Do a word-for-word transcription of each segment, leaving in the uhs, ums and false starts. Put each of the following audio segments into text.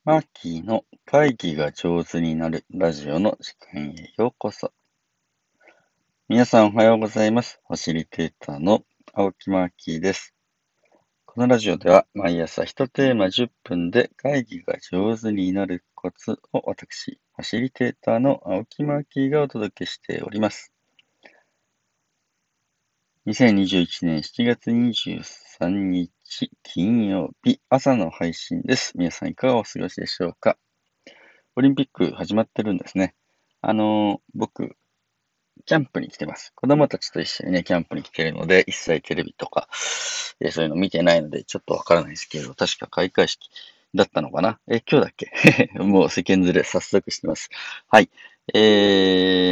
マーキーの会議が上手になるラジオの時間へようこそ。皆さんおはようございます。ファシリテーターの青木マーキーです。このラジオでは毎朝一テーマじゅっぷんで会議が上手になるコツを私、ファシリテーターの青木マーキーがお届けしております。にせんにじゅういちねんしちがつにじゅうさんにち金曜日朝の配信です。皆さんいかがお過ごしでしょうか。オリンピック始まってるんですね。あの、僕、キャンプに来てます。子供たちと一緒にね、キャンプに来てるので、一切テレビとか、えーそういうの見てないので、ちょっとわからないですけど、確か開会式だったのかな。え、今日だっけもう世間連れ早速してます。はい。えー、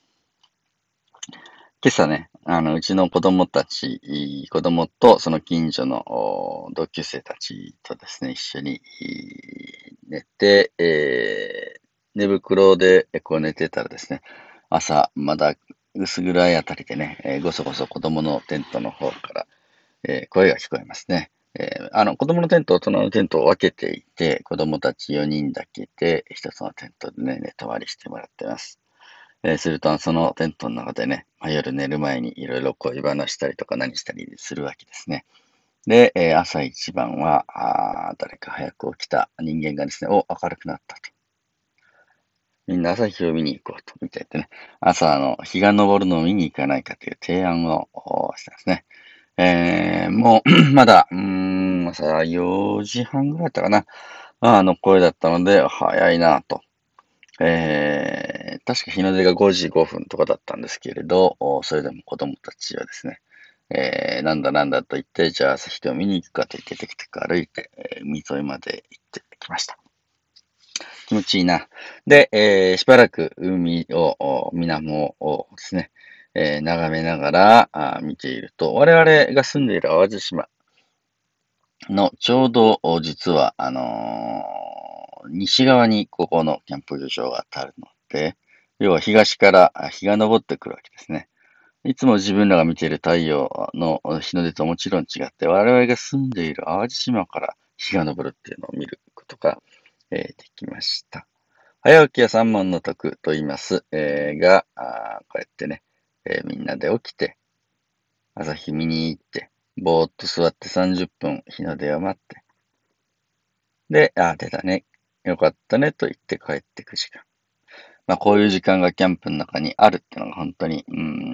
今朝ね、あの、うちの子供たち、子供とその近所のお同級生たちとですね、一緒にい寝て、えー寝袋でこう寝てたらですね、朝、まだ薄暗いあたりでね、えーごそごそ子供のテントの方から、えー声が聞こえますね。えーあの、子供のテント、大人のテントを分けていて、子供たちよにんだけで、一つのテントでね、寝泊まりしてもらってます。えーすると、そのテントの中でね、まあ、夜寝る前にいろいろ恋話したりとか何したりするわけですね。で、えー朝一番は、あー誰か早く起きた人間がですね、お、明るくなったと。みんな朝日を見に行こうと、みたいなね、朝の日が昇るのを見に行かないかという提案をおしたんですね。えーもう、まだ、うーん、朝よじはんぐらいだったかな。あの声だったので、早いなと。えー、確か日の出がごじごふんとかだったんですけれど、おそれでも子供たちはですね、えー、なんだなんだと言って、じゃあ朝日を見に行くかと言って、テクテク歩いて、えー海沿いまで行ってきました。気持ちいいな。で、えーしばらく海を、お水面をですね、えー眺めながらあー見ていると、我々が住んでいる淡路島のちょうどお実は、あのー西側にここのキャンプ場があるので、要は東からあ日が昇ってくるわけですね。いつも自分らが見ている太陽の日の出ともちろん違って、我々が住んでいる淡路島から日が昇るっていうのを見ることが、えーできました。早起きは三問の徳と言います。えーが、あーこうやってね、えーみんなで起きて、朝日見に行って、ぼーっと座ってさんじゅっぷん日の出を待って、で、あー出たね、よかったねと言って帰ってく時間。まあ、こういう時間がキャンプの中にあるっていうのが本当に、うん、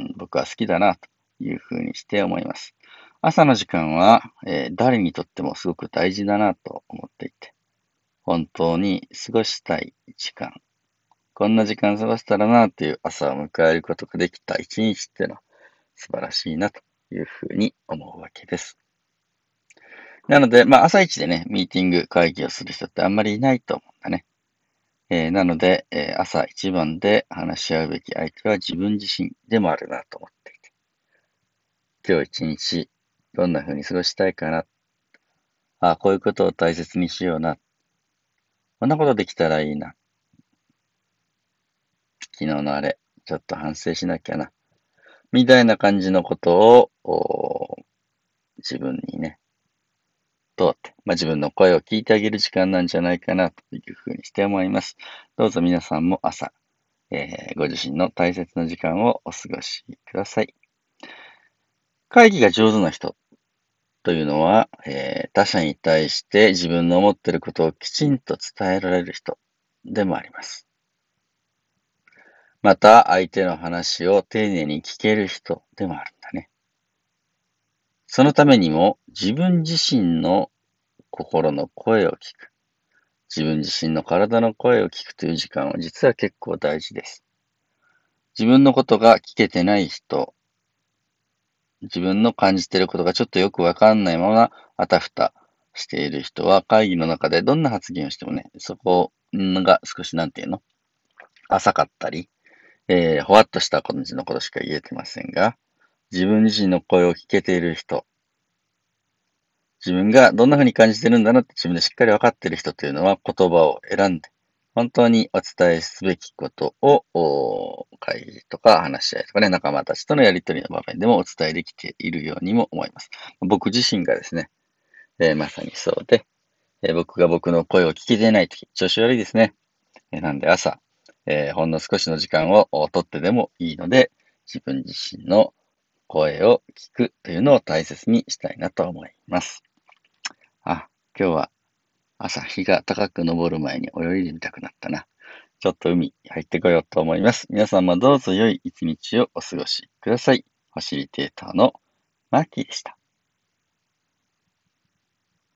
僕は好きだなというふうにして思います。朝の時間は、えー誰にとってもすごく大事だなと思っていて、本当に過ごしたい時間、こんな時間過ごせたらなという朝を迎えることができた一日っていうのは素晴らしいなというふうに思うわけです。なので、まあ朝一でね、ミーティング会議をする人ってあんまりいないと思うんだね。えーなので、えー朝一番で話し合うべき相手は自分自身でもあるなと思っていて、今日一日どんな風に過ごしたいかな。あ、こういうことを大切にしような。こんなことできたらいいな。昨日のあれ、ちょっと反省しなきゃな。みたいな感じのことを、自分にね、通って、まあ、自分の声を聞いてあげる時間なんじゃないかなというふうにして思います。どうぞ皆さんも朝、えーご自身の大切な時間をお過ごしください。会議が上手な人というのは、えー他者に対して自分の思っていることをきちんと伝えられる人でもあります。また、相手の話を丁寧に聞ける人でもあるんだね。そのためにも、自分自身の心の声を聞く。自分自身の体の声を聞くという時間は実は結構大事です。自分のことが聞けてない人、自分の感じていることがちょっとよくわかんないまま、あたふたしている人は会議の中でどんな発言をしてもね、そこが少しなんていうの浅かったり、えー、ほわっとした感じのことしか言えてませんが、自分自身の声を聞けている人、自分がどんな風に感じてるんだなって自分でしっかり分かっている人というのは言葉を選んで、本当にお伝えすべきことを、お会議とか話し合いとかね、仲間たちとのやりとりの場面でもお伝えできているようにも思います。僕自身がですね、えーまさにそうで、 えー僕が僕の声を聞けていないとき、調子悪いですね。えーなんで朝、えーほんの少しの時間をお取ってでもいいので、自分自身の声を聞くというのを大切にしたいなと思います。あ、今日は朝日が高く昇る前に泳いでみたくなったな。ちょっと海入ってこようと思います。皆さんもどうぞ良い一日をお過ごしください。ファシリテーターのマーキーでした。